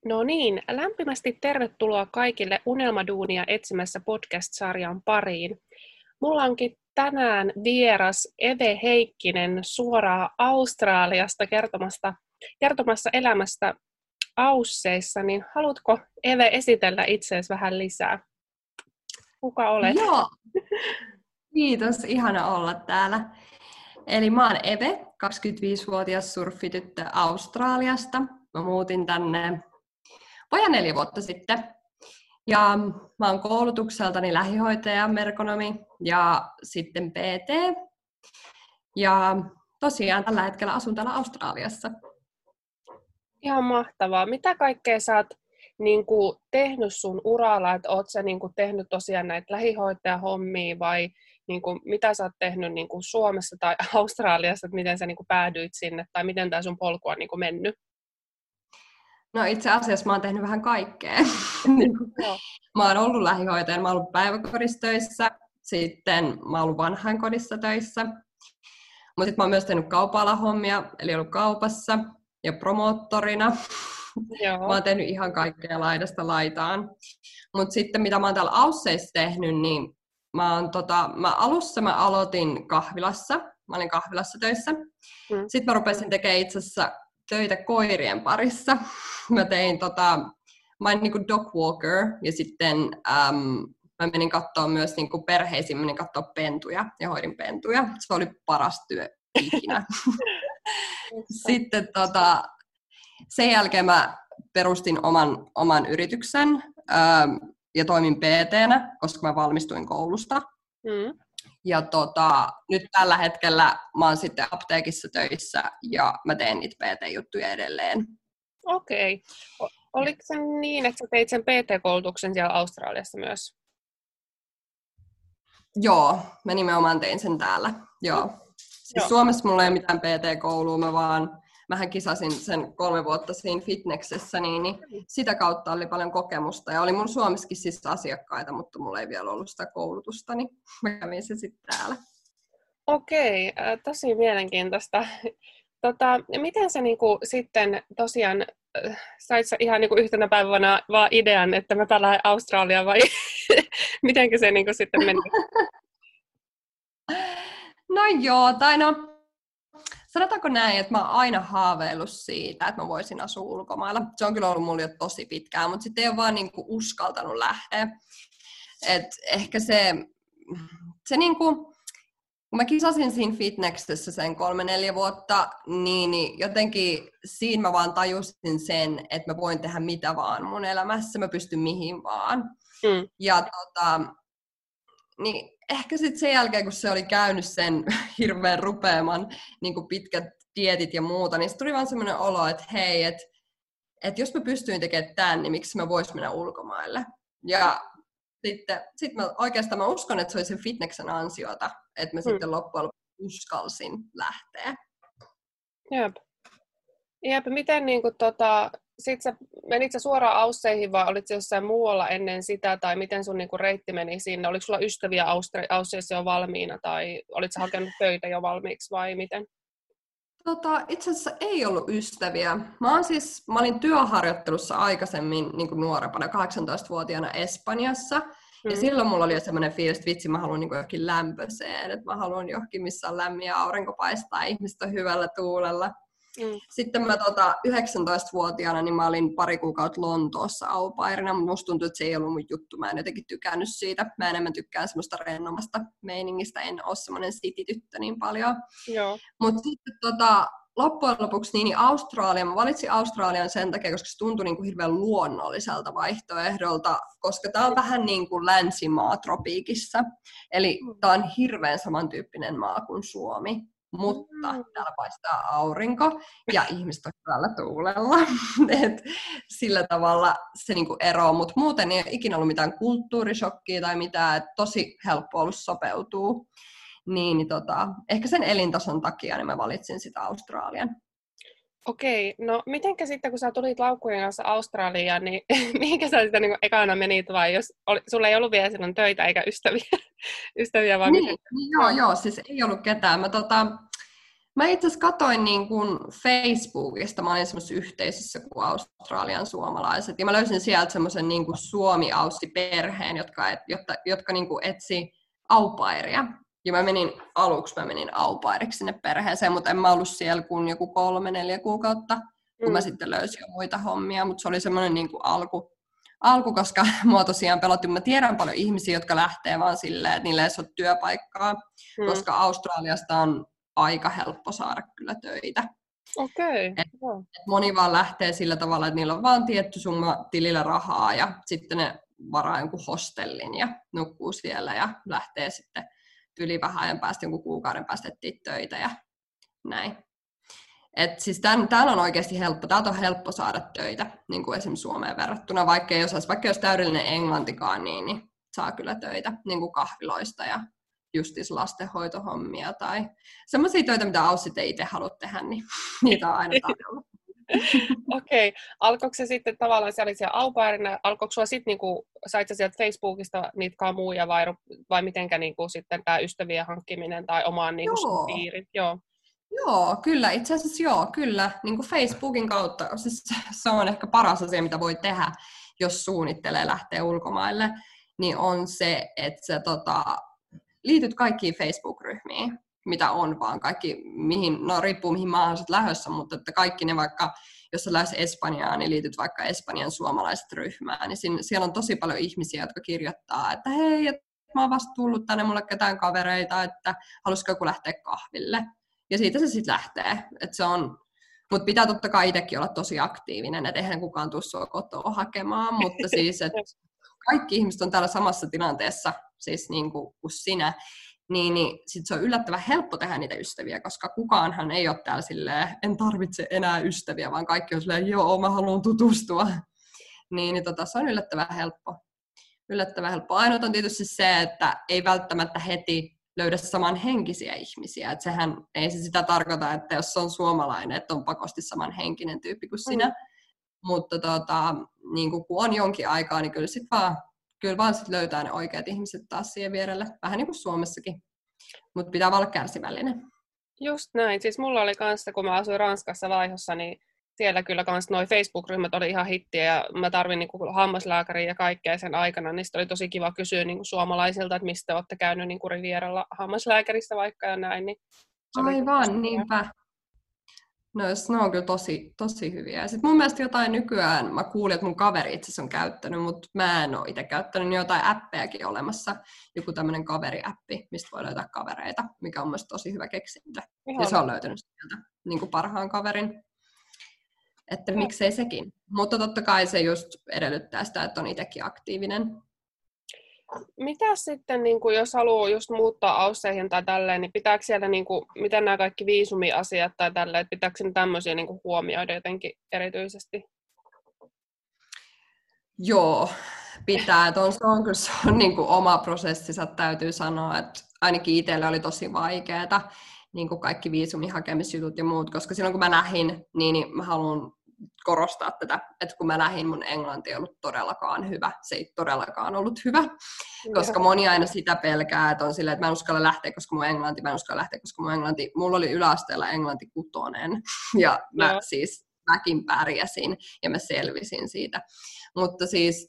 No niin, lämpimästi tervetuloa kaikille Unelmaduunia etsimässä podcast-sarjan pariin. Mulla onkin tänään vieras Eve Heikkinen suoraan Australiasta kertomassa elämästä Ausseissa, niin haluatko Eve esitellä itseäsi vähän lisää? Kuka olet? Joo, kiitos. Ihana olla täällä. Eli mä oon Eve, 25-vuotias surfityttö Australiasta. Mä muutin tänne vajaa 4 vuotta sitten. Ja mä oon koulutukseltani lähihoitaja, merkonomi ja sitten PT. Ja tosiaan tällä hetkellä asun täällä Australiassa. Ihan mahtavaa. Mitä kaikkea sä oot tehnyt sun uralla? Että oot sä tehnyt tosiaan näitä lähihoitajahommia vai mitä sä oot tehnyt Suomessa tai Australiassa, että miten sä päädyit sinne tai miten tää sun polku on mennyt? No itse asiassa mä oon tehnyt vähän kaikkea. Mä oon ollut lähihoitaja, mä oon ollut päiväkodissa töissä, sitten mä oon ollut vanhainkodissa töissä. Mutta sitten mä oon myös tehnyt kaupa-alahommia, eli ollut kaupassa ja promoottorina. Joo. Mä oon tehnyt ihan kaikkea laidasta laitaan. Mutta sitten mitä mä oon täällä Ausseissa tehnyt, niin alussa mä aloitin kahvilassa. Mä olin kahvilassa töissä. Sitten mä rupesin tekemään itse asiassa töitä koirien parissa. Mä olin niinku dog walker ja sitten mä menin katsoa myös perheisiin, menin katsoa pentuja ja hoidin pentuja. Se oli paras työ ikinä. Sitten sen jälkeen mä perustin oman yrityksen ja toimin PT-nä, koska mä valmistuin koulusta. Ja nyt tällä hetkellä mä oon sitten apteekissa töissä ja mä teen niitä PT-juttuja edelleen. Okei. Oliko se niin, että sä teit sen PT-koulutuksen siellä Australiassa myös? Joo, mä nimenomaan tein sen täällä. Joo. Siis Suomessa mulla ei ole mitään PT-koulua, mähän kisasin sen 3 vuotta siinä fitnessessä, niin sitä kautta oli paljon kokemusta. Ja oli mun Suomessakin siis asiakkaita, mutta mulla ei vielä ollut sitä koulutusta, niin mä kävin se sitten täällä. Okei, tosi mielenkiintoista. Miten sä sitten tosiaan, sait sä ihan yhtenä päivänä vaan idean, että mä lähden Australiaan vai mitenkä se sitten meni? No joo, sanotaanko näin, että mä oon aina haaveillut siitä, että mä voisin asua ulkomailla. Se on kyllä ollut mulla jo tosi pitkään, mutta sitten ei ole vaan uskaltanut lähteä. Et ehkä se kun mä kisasin siinä fitnessessä sen 3-4 vuotta, niin jotenkin siinä mä vaan tajusin sen, että mä voin tehdä mitä vaan mun elämässä, mä pystyn mihin vaan. Ja niin ehkä sitten sen jälkeen, kun se oli käynyt sen hirveän rupeaman pitkät dietit ja muuta, niin se tuli vaan semmoinen olo, että hei, että jos mä pystyin tekemään tämän, niin miksi mä vois mennä ulkomaille. Ja sitten mä uskon, että se oli sen fitneksen ansiota, että mä sitten loppujen lopuksi uskalsin lähteä. Jep, miten sit sä menit sä suoraan Ausseihin vai olit sä jossain muualla ennen sitä, tai miten sun reitti meni sinne? Oliko sulla ystäviä Ausseissa jo valmiina, tai olit sä hakenut töitä jo valmiiksi vai miten? Itse asiassa ei ollut ystäviä. Mä olin työharjoittelussa aikaisemmin nuorempana, 18-vuotiaana Espanjassa. Ja silloin mulla oli jo semmoinen fiilis, että vitsi, mä haluan johonkin lämpöiseen, että mä haluan johonkin, missä on lämmin ja aurinko paistaa, ihmiset on hyvällä tuulella. Sitten mä 19-vuotiaana niin mä olin 2 kuukautta Lontoossa au pairina, mutta musta tuntui, että se ei ollut mun juttu. Mä en jotenkin tykännyt siitä. Mä enemmän tykkään semmoista rennomasta meiningistä. En ole semmoinen city-tyttö niin paljon. Mutta sitten loppujen lopuksi mä valitsin Australian sen takia, koska se tuntui hirveän luonnolliselta vaihtoehdolta, koska tää on vähän niin kuin länsimaa tropiikissa. Eli tää on hirveän samantyyppinen maa kuin Suomi. Mutta täällä paistaa aurinko ja ihmiset on hyvällä tuulella. Et sillä tavalla se eroaa, mutta muuten ei ole ikinä ollut mitään kulttuurishokkia tai mitään, että tosi helppo ollut sopeutua. Ehkä sen elintason takia niin mä valitsin sitä Australian. Okei, no mitenkä sitten kun sä tulit laukkujen kanssa Australiaan, niin mihinkä sä sitä ekana menit vai jos sulla ei ollut vielä silloin töitä eikä ystäviä vai miten? Joo, siis ei ollut ketään. Mä itse asiassa katsoin niin kuin Facebookista, mä olin semmoisessa yhteisössä kuin Australian suomalaiset, ja mä löysin sieltä semmoisen niin kuin Suomi-Aussi-perheen, jotka niin kuin etsi au pairia. Ja aluksi mä menin au pairiksi sinne perheeseen, mutta en mä ollut siellä kuin joku 3-4 kuukautta, kun mä sitten löysin jo muita hommia, mutta se oli semmoinen niin kuin alku, koska mua tosiaan pelotti. Mä tiedän paljon ihmisiä, jotka lähtee vaan silleen, että niillä ei ole työpaikkaa, koska Australiasta on aika helppo saada kyllä töitä. Okei. Et moni vaan lähtee sillä tavalla, että niillä on vaan tietty summa tilillä rahaa ja sitten ne varaa jonkun hostellin ja nukkuu siellä ja lähtee sitten yli vähän ajan päästä jonkun kuukauden päästä etsiä töitä ja näin. Et siis täällä on oikeasti helppo. Täältä on helppo saada töitä, niin kuin esimerkiksi Suomeen verrattuna. Vaikka jos täydellinen englantikaan, niin saa kyllä töitä niin kuin kahviloista ja justis lastenhoitohommia tai semmoisia töitä, mitä Aussit ei itse halua tehdä, niin niitä on aina tarjolla. Okei. Alkoiko se sitten tavallaan, se oli siellä au pairina, alkoiko sulla sitten, niinku, sait sä sieltä Facebookista niitä kamuja vai mitenkä niinku, sitten tämä ystävien hankkiminen tai omaan niinku, sun piirin? Joo, kyllä. Itse asiassa joo, kyllä. Niin kuin Facebookin kautta. Siis se on ehkä paras asia, mitä voi tehdä, jos suunnittelee lähteä ulkomaille, niin on se, että sä liityt kaikkiin Facebook-ryhmiin, mitä on vaan. Kaikki, riippuu mihin maahan sä lähdössä, mutta että kaikki ne vaikka, jos sä lähdet Espanjaan, niin liityt vaikka Espanjan suomalaiset ryhmään, niin siellä on tosi paljon ihmisiä, jotka kirjoittaa, että hei, mä oon vasta tullut tänne, mulle ketään kavereita, että haluaisiko joku lähteä kahville. Ja siitä se sitten lähtee. Mutta pitää totta kai itsekin olla tosi aktiivinen, että eihän kukaan tule sua kotoa hakemaan, mutta siis, että kaikki ihmiset on täällä samassa tilanteessa, siis niin kuin sinä, niin sit se on yllättävän helppo tehdä niitä ystäviä, koska kukaanhan ei ole täällä silleen, en tarvitse enää ystäviä, vaan kaikki on silleen, joo, mä haluan tutustua. Se on yllättävän helppo. Ainoa on tietysti se, että ei välttämättä heti löydä samanhenkisiä ihmisiä. Et sehän ei se sitä tarkoita, että jos on suomalainen, että on pakosti samanhenkinen tyyppi kuin sinä. Mutta niin kun on jonkin aikaa, niin kyllä vaan sit löytää ne oikeat ihmiset taas siihen vierelle. Vähän niin kuin Suomessakin. Mutta pitää olla kärsivällinen. Just näin. Siis mulla oli kanssa, kun mä asuin Ranskassa Laihossa, niin siellä kyllä kans noi Facebook-ryhmät oli ihan hittiä ja mä tarvin niinku hammaslääkäriä ja kaikkea sen aikana, niin sitten oli tosi kiva kysyä niinku suomalaisilta, että mistä olette käynyt niinku Rivieralla hammaslääkäristä vaikka ja näin. Niin aivan, niinpä. No ne on kyllä tosi hyviä. Ja sitten mun mielestä jotain nykyään, mä kuulin, että mun kaveri itse asiassa on käyttänyt, mutta mä en ole itse käyttänyt, niin jotain appejakin olemassa. Joku tämmöinen kaveriäppi, mistä voi löytää kavereita, mikä on mielestäni tosi hyvä keksintö. Ihan. Ja se on löytänyt sieltä niin kuin parhaan kaverin. Että miksei sekin. Mutta totta kai se just edellyttää sitä, että on itsekin aktiivinen. Mitä sitten, niin kuin, jos haluaa just muuttaa Ausseihin tai tälleen, niin pitääkö siellä, niin kuin, miten nämä kaikki viisumiasiat tai tälleen, että pitääkö sen tämmöisiä niin kuin, huomioida jotenkin erityisesti? Joo, pitää. Se on niin kuin oma prosessinsa, täytyy sanoa, että ainakin itselle oli tosi vaikeaa, niin kuin kaikki viisumihakemisjutut ja muut, koska silloin kun mä lähdin, niin mä haluan korostaa tätä, että kun mä lähdin, mun englanti ei ollut todellakaan hyvä. Se ei todellakaan ollut hyvä, koska moni aina sitä pelkää, että on silleen, että mä en uskalla lähteä, koska mun englanti, mulla oli yläasteella englanti 6, ja mäkin pärjäsin, ja mä selvisin siitä. Mutta siis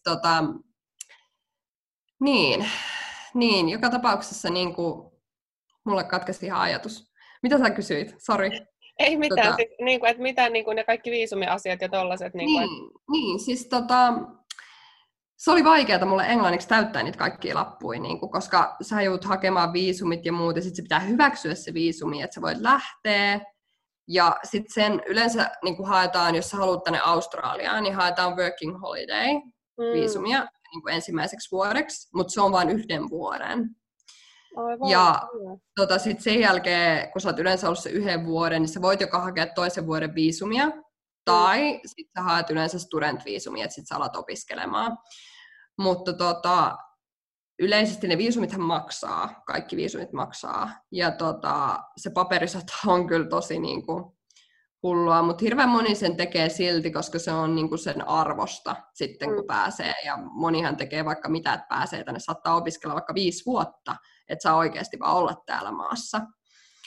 niin, joka tapauksessa niin kuin, mulle katkesi ihan ajatus. Mitä sä kysyit? Sori. Ei mitään, siis, niin kuin, että mitä niin kuin ne kaikki viisumiasiat ja tollaset. Siis se oli vaikeaa mulle englanniksi täyttää niitä kaikkia lappuja, niin kuin, koska sä joudut hakemaan viisumit ja muut, ja sitten se pitää hyväksyä se viisumi, että sä voit lähteä. Ja sitten sen yleensä niin kuin haetaan, jos sä haluat tänne Australiaan, niin haetaan working holiday viisumia niin kuin ensimmäiseksi vuodeksi, mutta se on vain 1 vuoden. Aivan. Ja sitten sen jälkeen, kun sä oot yleensä ollut se 1 vuoden, niin sä voit joko hakea 2 vuoden viisumia, tai sit sä haet yleensä student-viisumia, että sit sä alat opiskelemaan. Mutta yleisesti ne viisumithan maksaa, kaikki viisumit maksaa. Ja se paperisota on kyllä tosi niinku hullua, mutta hirveän moni sen tekee silti, koska se on niinku sen arvosta sitten, kun pääsee. Ja monihan tekee vaikka mitä, että pääsee tänne, saattaa opiskella vaikka 5 vuotta, että saa oikeasti vaan olla täällä maassa.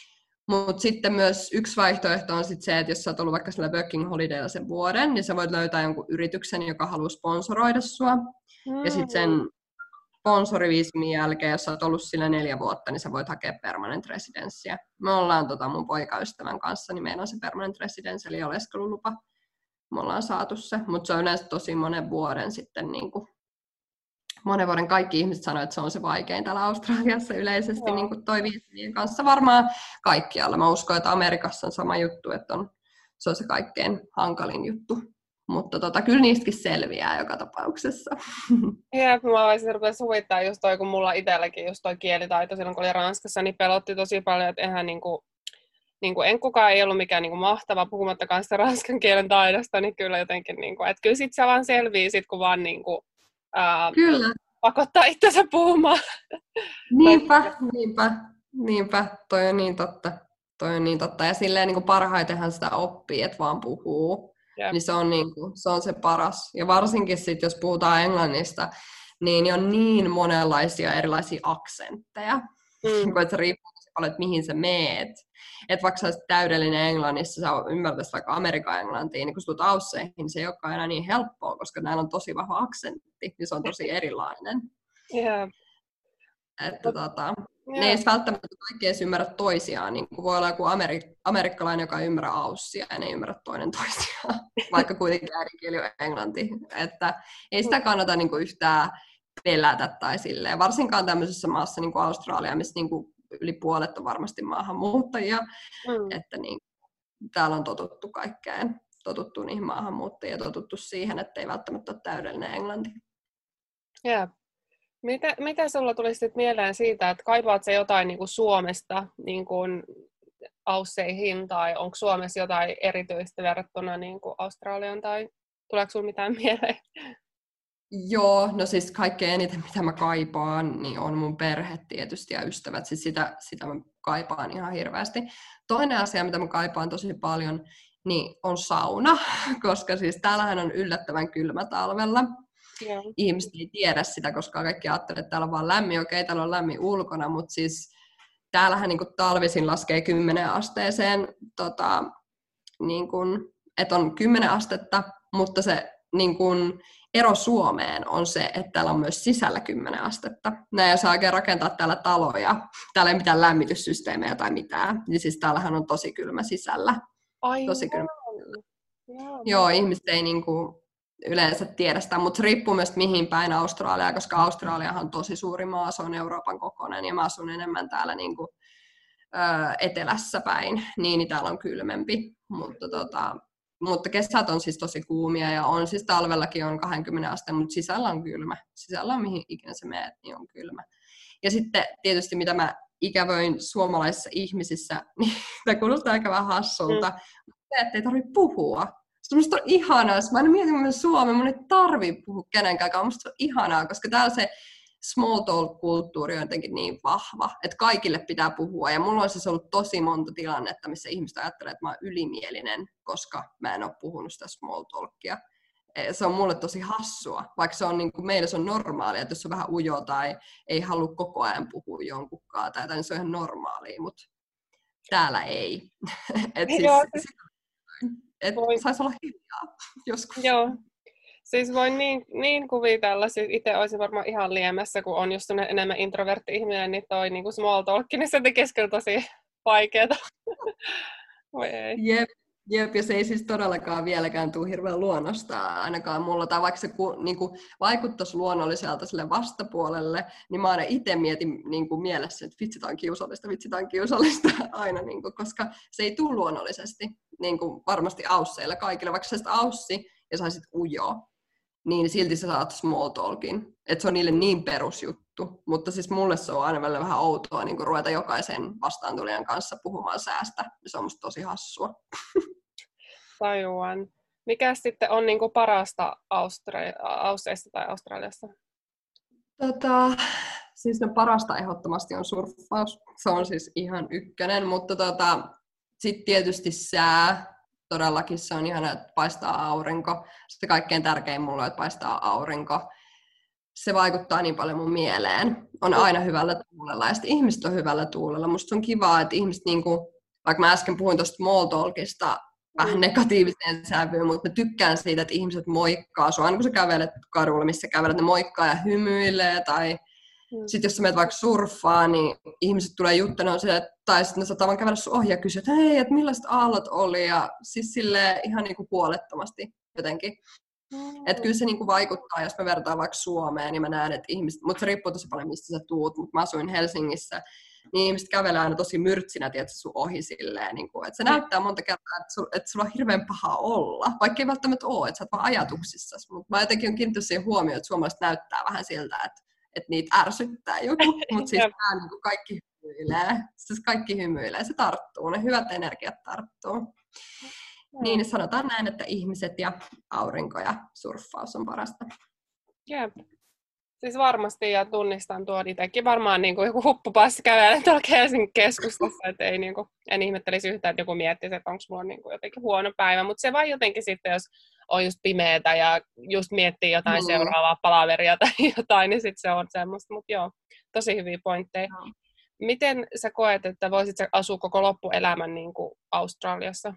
Mutta sitten myös yksi vaihtoehto on sit se, että jos sä oot ollut vaikka sillä working holidaylla sen vuoden, niin sä voit löytää jonkun yrityksen, joka haluaa sponsoroida sua. Ja sitten sen sponsorivismin jälkeen, jos sä oot ollut sillä 4 vuotta, niin sä voit hakea permanent residenssiä. Me ollaan mun poikaystävän kanssa, niin meillä on se permanent residence, eli oleskelulupa. Me ollaan saatu se, mutta se on yleensä tosi monen vuoden sitten monen vuoden kaikki ihmiset sanoo, että se on se vaikein täällä Australiassa yleisesti niin toi viisumien kanssa varmaan kaikkialla. Mä uskon, että Amerikassa on sama juttu, että se on se kaikkein hankalin juttu. Mutta kyllä niistäkin selviää joka tapauksessa. Jep, mä voisin rupea suvittaa just toi, kun mulla itselläkin just toi kielitaito silloin, kun oli Ranskassa, niin pelotti tosi paljon, että eihän en kukaan ei ollut mikään mahtava, puhumattakaan sitä ranskan kielen taidosta, niin kyllä jotenkin, että kyllä sit se vaan selvii, sit, kun vaan kyllä. Pakottaa itsensä puhumaan. Niinpä. Toi on niin totta. Ja silleen parhaitenhan sitä oppii, että vaan puhuu. Yep. Niin se on se paras. Ja varsinkin sit, jos puhutaan englannista, niin on niin monenlaisia erilaisia aksentteja. Että se riippuu tosi paljon, että mihin sä meet. Että vaikka sä olisit täydellinen englannissa, sä ymmärtäisit vaikka Amerikan englantia, niin kun sä tulet Ausseihin, niin se ei olekaan enää niin helppoa, koska näillä on tosi vahva aksentti, niin se on tosi erilainen. Yeah. Että ne ei välttämättä kaikki edes ymmärrä toisiaan. Niin voi olla joku amerikkalainen, joka ei ymmärrä aussia ja ne ei ymmärrä toinen toisiaan, vaikka kuitenkin äidinkieli on englanti. Että ei sitä kannata yhtään pelätä tai silleen. Varsinkaan tämmöisessä maassa niin kuin Australia, missä yli puolet on varmasti maahanmuuttajia. Että täällä on totuttu kaikkeen. Totuttu niihin maahanmuuttajiin ja totuttu siihen, että ei välttämättä ole täydellinen englanti. Yeah. Mitä sulla tuli sitten mieleen siitä, että kaipaat sä jotain Suomesta Ausseihin, tai onko Suomessa jotain erityistä verrattuna Australiaan, tai tuleeko sulla mitään mieleen? Joo, no siis kaikkein eniten mitä mä kaipaan, niin on mun perhe tietysti ja ystävät, siis sitä mä kaipaan ihan hirveästi. Toinen asia, mitä mä kaipaan tosi paljon, niin on sauna, koska siis täällähän on yllättävän kylmä talvella. Yeah. Ihmiset ei tiedä sitä, koska kaikki ajattelee, että täällä on vaan lämmin. Okei, täällä on lämmin ulkona, mutta siis täällähän talvisin laskee 10 asteeseen, että on 10 astetta, mutta se ero Suomeen on se, että täällä on myös sisällä 10 astetta. Näin jos oikein rakentaa täällä taloja, täällä ei mitään lämmityssysteemejä tai mitään, niin siis täällähän on tosi kylmä sisällä. Tosi kylmä. Joo, ihmiset ei yleensä tiedä sitä, mutta se riippuu myös mihin päin Australiaa, koska Australiahan on tosi suuri maa, se on Euroopan kokoinen ja mä asun enemmän täällä etelässä päin, niin täällä on kylmempi, mutta kesät on siis tosi kuumia ja on siis talvellakin on 20 asteen, mutta sisällä on kylmä. Sisällä on mihin ikinä sä meet, niin on kylmä. Ja sitten tietysti mitä mä ikävöin suomalaisissa ihmisissä, niin tämä kuulostaa aika vähän hassulta, mutta se, että ei tarvitse puhua. Musta on ihanaa, jos mä aina mietin, että Suomi, mun ei tarvitse puhua kenenkään, musta on ihanaa, koska täällä se small talk-kulttuuri on jotenkin niin vahva, että kaikille pitää puhua. Ja mulla on siis ollut tosi monta tilannetta, missä ihmiset ajattelee, että mä oon ylimielinen, koska mä en ole puhunut sitä small talkia. Se on mulle tosi hassua, vaikka se on meillä se on normaalia, että jos on vähän ujo tai ei halua koko ajan puhua jonkunkaan tai jotain, niin se on ihan normaalia, mutta täällä ei. Saisi olla hiljaa joskus. Joo. Siis voin niin kuvitella, siis itse olisin varmaan ihan liemessä, kun on just enemmän introvertti-ihminen, niin toi small talk, niin se tekisi kyllä tosi vaikeeta. Voi ei. Jep, ja se ei siis todellakaan vieläkään tule hirveän luonnosta ainakaan mulla, tai vaikka se vaikuttaisi luonnolliselta sille vastapuolelle, niin mä aina itse mietin mielessä, että vitsi, tää on kiusallista aina, koska se ei tule luonnollisesti, varmasti ausseilla kaikille, vaikka sä olisit aussi ja saisit ujo, niin silti sä saat small talkin, että se on niille niin perusjuttu, mutta siis mulle se on aina välillä vähän outoa ruveta jokaisen vastaantulijan kanssa puhumaan säästä, ja se on musta tosi hassua. Tajuan. Mikä sitten on parasta Ausseissa tai Australiassa? Siis parasta ehdottomasti on surffaus. Se on siis ihan ykkönen, mutta sitten tietysti sää. Todellakin se on ihana, että paistaa aurinko. Sitten kaikkein tärkein mulle on, että paistaa aurinko. Se vaikuttaa niin paljon mun mieleen. On aina hyvällä tuulella ja sitten ihmiset on hyvällä tuulella. Musta on kivaa, että ihmiset vaikka mä äsken puhuin tuosta small talkista vähän negatiiviseen sävyyn, mutta mä tykkään siitä, että ihmiset moikkaa sua. Aina kun sä kävelet kadulla, missä kävelet, ne moikkaa ja hymyilee. Tai sitten jos sä menet vaikka surffaa, niin ihmiset tulee juttelemaan sille, tai sitten ne saattaa vaan kävellä sun ohi ja kysyä, että hei, että millaiset aallot oli. Ja siis silleen ihan niinku puolettomasti jotenkin. Että kyllä se niinku vaikuttaa, jos me vertaan vaikka Suomeen, niin mä näen, että ihmiset, mutta se riippuu tosi paljon, mistä sä tuut, mutta mä asuin Helsingissä, niin ihmiset kävelee aina tosi myrtsinä, tiedätkö, sun ohi silleen, niinku, että se näyttää monta kertaa, että sulla on hirveän paha olla, vaikka ei välttämättä ole, että sä oot vaan ajatuksissasi, mutta mä jotenkin on kiinnittänyt siihen huomioon, että suomalaiset näyttää vähän siltä, että niitä ärsyttää joku, mutta siis tää niinku kaikki hymyilee, se tarttuu, ne hyvät energiat tarttuu. Niin sanotaan näin, että ihmiset ja aurinko ja surffaus on parasta. Jep. Siis varmasti, ja tunnistan tuon itsekin varmaan niin kuin joku huppupassi kävelee tuolla Helsingin keskustassa, että ei, niin kuin, en ihmettelisi yhtään, että joku miettisi, että onko mulla niin kuin jotenkin huono päivä, mutta se vaan jotenkin sitten, jos on just pimeätä ja just miettii jotain seuraavaa palaveria tai jotain, niin sitten se on semmoista, mutta joo, tosi hyviä pointteja. Miten sä koet, että voisit sä asua koko loppuelämän niin kuin Australiassa?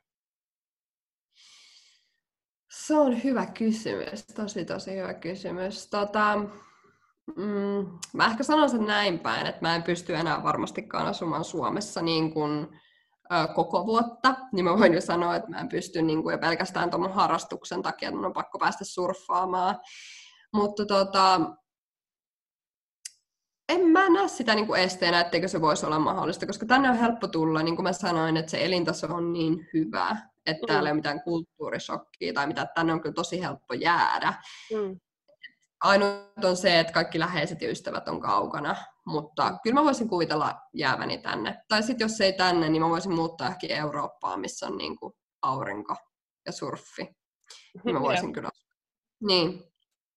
Se on hyvä kysymys, tosi hyvä kysymys. Mä ehkä sanon sen näin päin, että mä en pysty enää varmastikaan asumaan Suomessa niin kuin, koko vuotta. Niin mä voin jo sanoa, että mä en pysty niin kuin, ja pelkästään tuon harrastuksen takia, että mun on pakko päästä surffaamaan. Mutta en mä näe sitä niin kuin esteenä, etteikö se voisi olla mahdollista, koska tänne on helppo tulla, niin kuin mä sanoin, että se elintaso on niin hyvä, että täällä ei ole mitään kulttuurishokkia tai mitä, tänne on kyllä tosi helppo jäädä. Ainut on se, että kaikki läheiset ja ystävät on kaukana, mutta kyllä mä voisin kuvitella jääväni tänne. Tai sitten jos ei tänne, niin mä voisin muuttaa ehkä Eurooppaan, missä on niin kuin aurinko ja surffi. Niin mä voisin kyllä. Niin.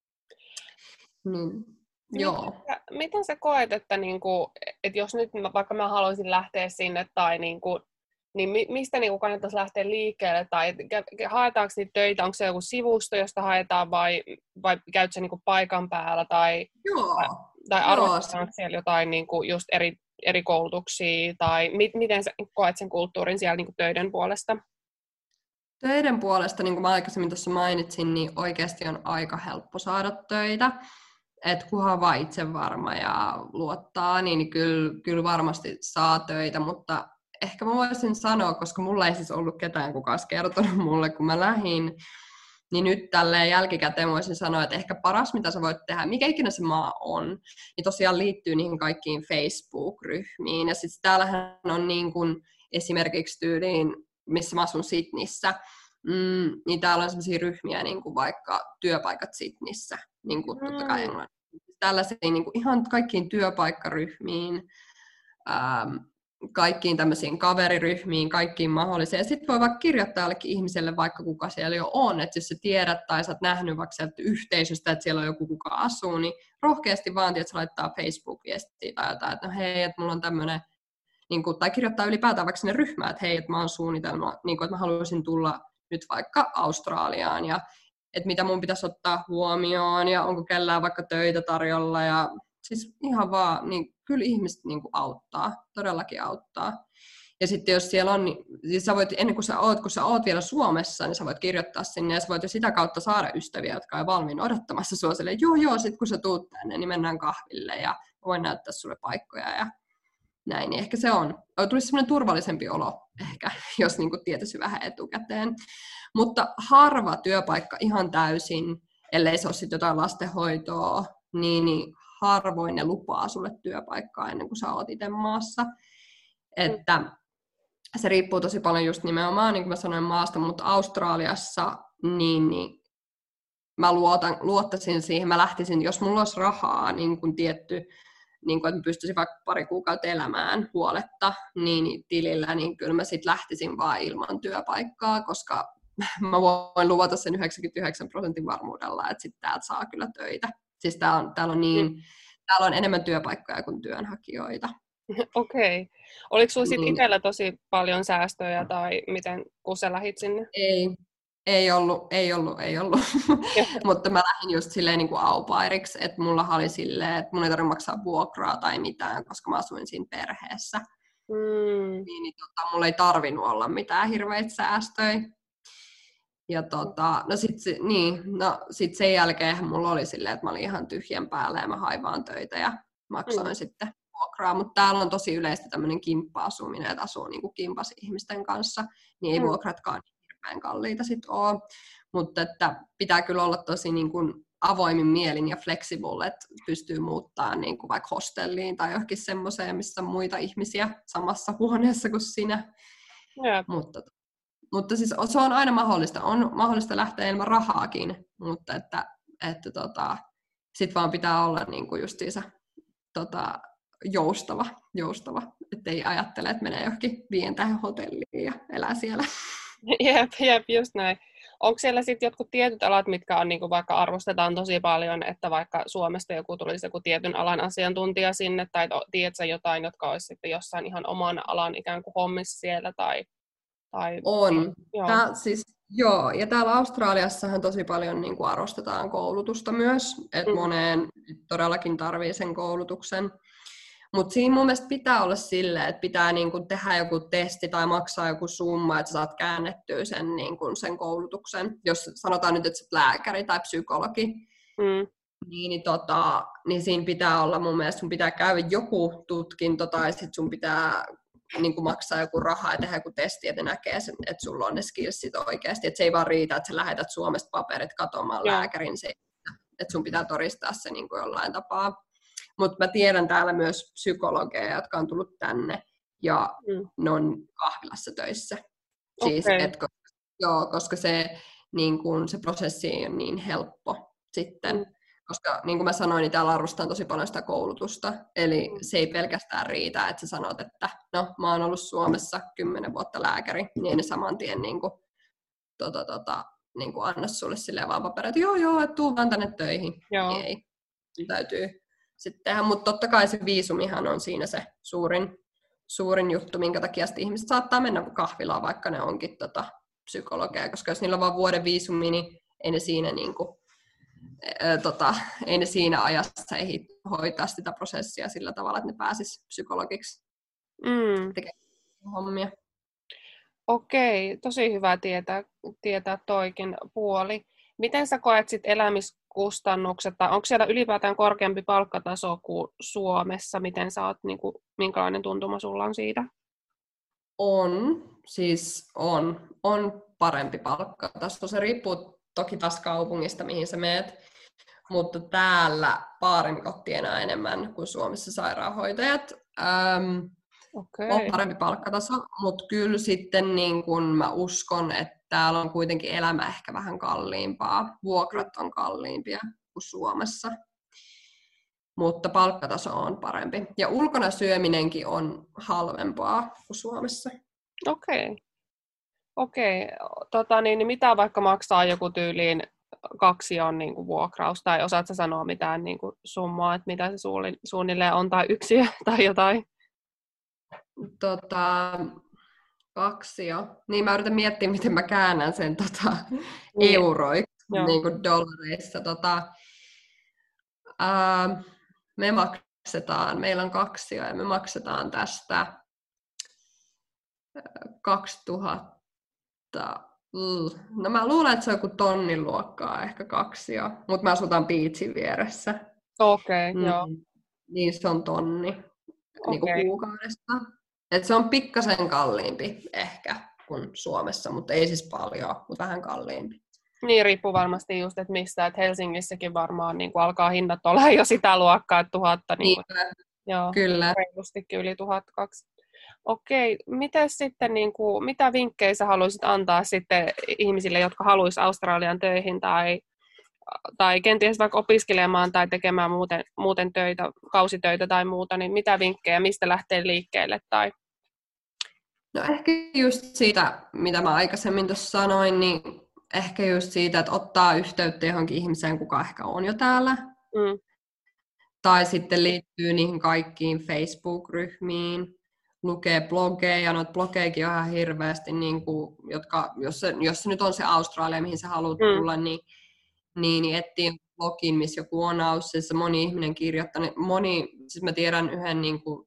Joo. Miten sä koet, että, niinku, että jos nyt vaikka mä haluaisin lähteä sinne, tai niinku, niin mistä niinku kannattaisi lähteä liikkeelle, tai haetaanko niitä töitä, onko se joku sivusto, josta haetaan, vai käyt sä niinku paikan päällä, tai arvostetaan siellä jotain niinku just eri koulutuksia, tai miten sä koet sen kulttuurin siellä niinku töiden puolesta? Töiden puolesta, niin kuin mä aikaisemmin tuossa mainitsin, niin oikeasti on aika helppo saada töitä. Että kunhan vaan itse varma ja luottaa, niin kyllä varmasti saa töitä, mutta ehkä mä voisin sanoa, koska mulla ei siis ollut ketään kukaan kertonut mulle, kun mä lähdin, niin nyt tälleen jälkikäteen voisin sanoa, että ehkä paras, mitä sä voit tehdä, mikä ikinä se maa on, niin tosiaan liittyy niihin kaikkiin Facebook-ryhmiin. Ja sitten täällähän on niin kuin esimerkiksi tyyliin, missä mä asun Sydneyssä, niin täällä on sellaisia ryhmiä, niin kuin vaikka työpaikat Sydneyssä, niin kuin totta kai Englannissa. Tällaisiin niin kuin ihan kaikkiin työpaikkaryhmiin, kaikkiin tämmöisiin kaveriryhmiin, kaikkiin mahdollisiin. Ja sitten voi vaikka kirjoittaa jollekin ihmiselle, vaikka kuka siellä jo on. Että jos sä tiedät tai sä oot nähnyt vaikka sieltä yhteisöstä, että siellä on joku, kuka asuu, niin rohkeasti vaan, että sä laittaa Facebook-viestiä tai jotain, että no hei, että mulla on tämmöinen, niin kuin, tai kirjoittaa ylipäätään vaikka sinne ryhmään, että hei, että mä oon suunnitelma, niin kuin, että mä haluaisin tulla nyt vaikka Australiaan ja että mitä mun pitäisi ottaa huomioon ja onko kellään vaikka töitä tarjolla ja siis ihan vaan, niin kyllä ihmiset niin kuin auttaa, todellakin auttaa. Ja sitten jos siellä on, niin siis sä voit, ennen kuin sä oot vielä Suomessa, niin sä voit kirjoittaa sinne ja sä voit jo sitä kautta saada ystäviä, jotka on valmiin odottamassa sua silleen, joo, sit kun sä tuut tänne, niin mennään kahville ja voin näyttää sulle paikkoja ja näin, niin ehkä se on. Tulisi semmoinen turvallisempi olo ehkä, jos niin kuin tietäisi vähän etukäteen. Mutta harva työpaikka ihan täysin, ellei se ole sitten jotain lastenhoitoa, niin harvoin ne lupaa sulle työpaikkaa ennen kuin sä oot itse maassa. Että se riippuu tosi paljon just nimenomaan, niin kuin mä sanoin, maasta, mutta Australiassa niin mä luottaisin siihen, mä lähtisin, jos mulla olisi rahaa, niin kuin tietty, niin kuin, että mä pystyisin vaikka pari kuukautta elämään huoletta niin tilillä, niin kyllä mä sitten lähtisin vaan ilman työpaikkaa, koska mä voin luvata sen 99% varmuudella, että sitten täältä saa kyllä töitä. Siis täällä on enemmän työpaikkoja kuin työnhakijoita. Okei. Oliko sinulla sitten itsellä tosi paljon säästöjä tai miten, kun sä lähit sinne? Ei ollut. Mutta mä lähdin just silleen niin kuin au pairiksi, että mulla oli silleen, että mun ei tarvitse maksaa vuokraa tai mitään, koska mä asuin siinä perheessä. Niin mulla ei tarvinnut olla mitään hirveitä säästöjä. Ja sit sen jälkeen mulla oli silleen, että mä olin ihan tyhjän päällä ja mä hain vaan töitä ja maksoin sitten vuokraa. Mutta täällä on tosi yleistä tämmöinen kimppa-asuminen, että asuu niinku kimpas ihmisten kanssa, niin ei vuokratkaan hirveän kalliita sit ole. Mutta että pitää kyllä olla tosi niinku avoimin mielin ja flexible, että pystyy muuttaa niinku vaikka hostelliin tai johonkin semmoiseen, missä on muita ihmisiä samassa huoneessa kuin sinä. Mutta siis se on aina mahdollista. On mahdollista lähteä ilman rahaakin, mutta että sit vaan pitää olla niinku justiinsa joustava, ettei ajattele, että menee johonkin 5 tähän hotelliin ja elää siellä. Jep, just näin. Onko siellä sitten jotkut tietyt alat, mitkä on niinku vaikka arvostetaan tosi paljon, että vaikka Suomesta joku tulisi joku tietyn alan asiantuntija sinne, tai tiedätkö jotain, jotka olisi sitten jossain ihan oman alan ikään kuin hommissa siellä, tai on. Ja täällä Australiassahan tosi paljon niin kuin arvostetaan koulutusta myös, että moneen todellakin tarvii sen koulutuksen. Mutta siinä mun mielestä pitää olla silleen, että pitää niin kuin tehdä joku testi tai maksaa joku summa, että sä saat käännettyä sen, niin kuin sen koulutuksen. Jos sanotaan nyt, että sä oot lääkäri tai psykologi, niin siinä pitää olla mun mielestä, sun pitää käydä joku tutkinto tai sit sun pitää niin kuin maksaa joku raha ja tehdä joku testi, että ne näkee sen, että sulla on ne skillsit oikeasti. Että se ei vaan riitä, että sä lähetät Suomesta paperit katomaan lääkärin, että sun pitää todistaa se niin kuin jollain tapaa. Mutta mä tiedän täällä myös psykologeja, jotka on tullut tänne ja ne on kahvilassa töissä. Siis, koska se, niin kun, se prosessi ei ole niin helppo sitten. Koska niin kuin mä sanoin, niin täällä arvostetaan tosi paljon sitä koulutusta. Eli se ei pelkästään riitä, että sä sanot, että no mä oon ollut Suomessa 10 vuotta lääkäri, niin ei ne saman tien niin kuin, niin kuin anna sulle silleen vaan paperit, että joo, että tuu vaan tänne töihin. Ei, täytyy sitten tehdä. Mutta totta kai se viisumihan on siinä se suurin juttu, minkä takia ihmiset saattaa mennä kahvilaan, vaikka ne onkin psykologeja. Koska jos niillä on vaan vuoden viisumi, niin ei ne siinä niinku ei ne siinä ajassa ehdi hoitaa sitä prosessia sillä tavalla, että ne pääsis psykologiksi tekemään hommia. Okei, tosi hyvä tietää toikin puoli. Miten sä koet sit elämiskustannukset, tai onko siellä ylipäätään korkeampi palkkataso kuin Suomessa? Miten sä oot, minkälainen tuntuma sulla on siitä? On parempi palkkataso. Se riippuu toki taas kaupungista, mihin sä meet. Mutta täällä baarimikot tienaa enemmän kuin Suomessa sairaanhoitajat. On parempi palkkataso, mutta kyllä sitten niin kun mä uskon, että täällä on kuitenkin elämä ehkä vähän kalliimpaa. Vuokrat on kalliimpia kuin Suomessa, mutta palkkataso on parempi. Ja ulkona syöminenkin on halvempaa kuin Suomessa. Okei. Niin mitä vaikka maksaa joku tyyliin 2 on niin kuin vuokraus, tai osaatko sanoa mitään niin kuin summaa, että mitä se suunnilleen on, tai yksiö tai jotain? 2 jo. Niin mä yritän miettiä, miten mä käännän sen euroiksi, niin kuin dollareissa. Meillä on 2 ja me maksetaan tästä 2000. No mä luulen, että se on joku tonnin luokkaa, ehkä 2 jo, mutta me asutaan beachin vieressä. Joo. Niin se on tonni niin kuin kuukaudesta. Et se on pikkasen kalliimpi ehkä kuin Suomessa, mutta ei siis paljon, mutta vähän kalliimpi. Niin, riippuu varmasti just, että mistä. Että Helsingissäkin varmaan niin kuin alkaa hinnat olla jo sitä luokkaa, että 1000. Niin kuin, kyllä. Reilustikin yli 1002. Okei, mitä vinkkejä sä haluaisit antaa sitten ihmisille, jotka haluaisivat Australian töihin tai kenties vaikka opiskelemaan tai tekemään muuten töitä, kausitöitä tai muuta, niin mitä vinkkejä, mistä lähtee liikkeelle? Tai... No ehkä just siitä, mitä mä aikaisemmin tuossa sanoin, niin ehkä just siitä, että ottaa yhteyttä johonkin ihmiseen, kuka ehkä on jo täällä. Tai sitten liittyy niihin kaikkiin Facebook-ryhmiin, lukee blogeja, noita blogejakin on ihan hirveästi, niin kuin, jotka, jos se nyt on se Australia, mihin sä haluat tulla, niin etsii blogin, missä joku on Aussissa, moni ihminen kirjoittanut, siis mä tiedän yhden niin kuin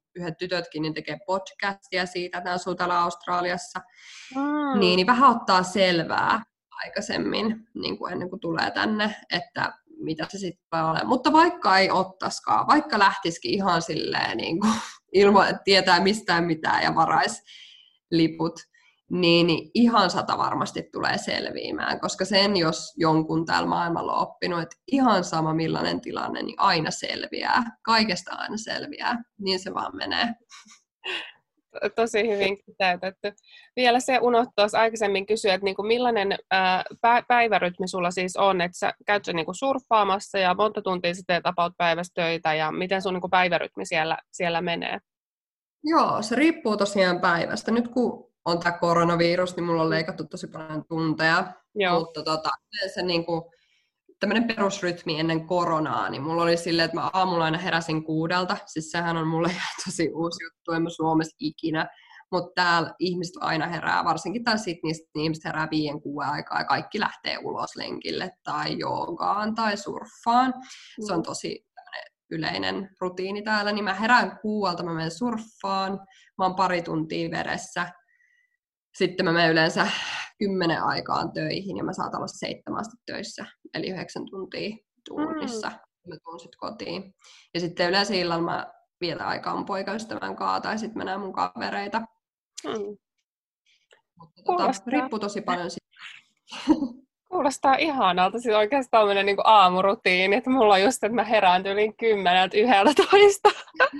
yhdet tytötkin niin tekee podcastia siitä, että ne asuu täällä Australiassa. Mm. Niin vähän ottaa selvää aikaisemmin, niin kuin ennen kuin tulee tänne, että mitä se sitten tulee olemaan. Mutta vaikka ei ottaskaan, vaikka lähtisikin ihan silleen niin kuin, ilman, että tietää mistään mitään ja varaisi liput, niin ihan 100 varmasti tulee selviämään, koska sen jos jonkun täällä maailmalla on oppinut, että ihan sama millainen tilanne, niin aina selviää. Kaikesta aina selviää. Niin se vaan menee. Tosi hyvin kiteytetty. Vielä se unohtuisi aikaisemmin kysyä, että niinku millainen päivärytmi sulla siis on, että sä käyt sä niinku surffaamassa ja monta tuntia sä teet about päivässä töitä ja miten sun niinku päivärytmi siellä menee? Joo, se riippuu tosiaan päivästä. Nyt kun on tämä koronavirus, niin mulla on leikattu tosi paljon tunteja, Joo. mutta yleensä niinku tämmöinen perusrytmi ennen koronaa, niin mulla oli silleen, että mä aamulla aina heräsin 6. Siis sehän on mulle tosi uusi juttu, en mä Suomessa ikinä. Mutta täällä ihmiset aina herää, varsinkin täällä Sydneyssä, niin ihmiset herää 5-6 aikaa ja kaikki lähtee ulos lenkille tai joogaan tai surffaan. Se on tosi yleinen rutiini täällä, niin mä herään 6, mä menen surffaan, mä oon 2 tuntia veressä. Sitten mä menen yleensä 10 aikaan töihin ja mä saatan olla 7 asti töissä, eli 9 tuntia tunnissa. Mä tuun sitten kotiin. Ja sitten yleensä illalla mä vietän aikaa mun poikaystävän kanssa tai sitten mä näen mun kavereita. Mutta riippuu tosi paljon siitä. Kuulostaa ihanalta. Siis oikeastaan tämmöinen niin aamurutiini, että mulla on just, että mä herään yli 10:11.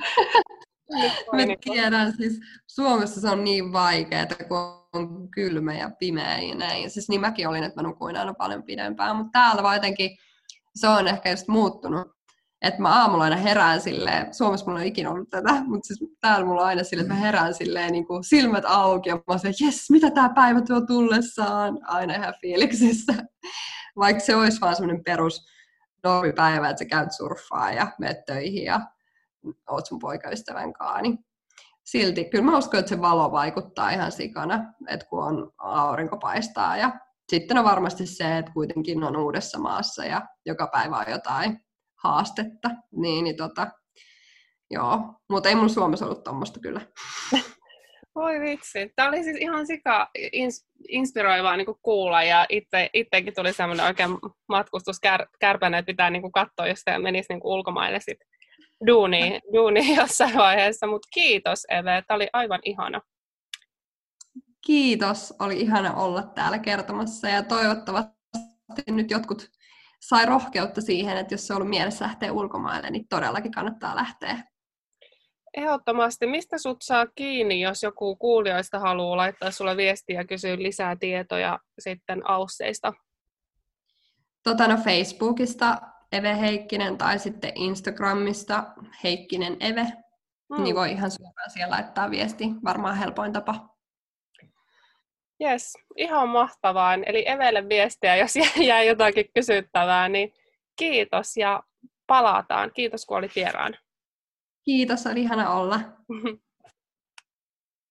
Mä tiedän, siis Suomessa se on niin vaikeaa, kun on kylmä ja pimeä ja näin. Siis niin mäkin olin, että mä nukuin aina paljon pidempään, mutta täällä vaan jotenkin se on ehkä just muuttunut. Että mä aamulla aina herään silleen, Suomessa mulla ei ikinä ollut tätä, mutta siis täällä mulla on aina silleen, että mä herään silleen niin kuin silmät auki ja mä oon silleen, jes, mitä tää päivä tuo tullessaan, aina ihan fiiliksissä. Vaikka se olisi vaan semmoinen perus normipäivä, että sä käyt surffaa ja menet töihin ja oot sun poikaystävän kanssa, niin silti kyllä mä uskon, että se valo vaikuttaa ihan sikana, että kun on aurinko paistaa ja sitten on varmasti se, että kuitenkin on uudessa maassa ja joka päivä on jotain haastetta, joo, mutta ei mun Suomessa ollut tommoista kyllä. Voi vitsi, tämä oli siis ihan sika inspiroivaa niin kuulla ja itsekin tuli semmoinen oikein matkustuskärpänä, että pitää niin katsoa, jos tämä menisi niin ulkomaille sitten duuniin jossain vaiheessa, mutta kiitos Eve, tämä oli aivan ihana. Kiitos, oli ihana olla täällä kertomassa ja toivottavasti nyt jotkut sai rohkeutta siihen, että jos se on ollut mielessä lähteä ulkomaille, niin todellakin kannattaa lähteä. Ehdottomasti. Mistä sut saa kiinni, jos joku kuulijoista haluaa laittaa sulle viestiä ja kysyä lisää tietoja sitten Ausseista? Facebookista Eve Heikkinen tai sitten Instagramista Heikkinen Eve. Niin voi ihan suoraan siellä laittaa viesti. Varmaan helpoin tapa. Jes, ihan mahtavaa. Eli Evelle viestiä, jos jää jotakin kysyttävää, niin kiitos ja palataan. Kiitos, kun olit vieraana. Kiitos, oli ihana olla.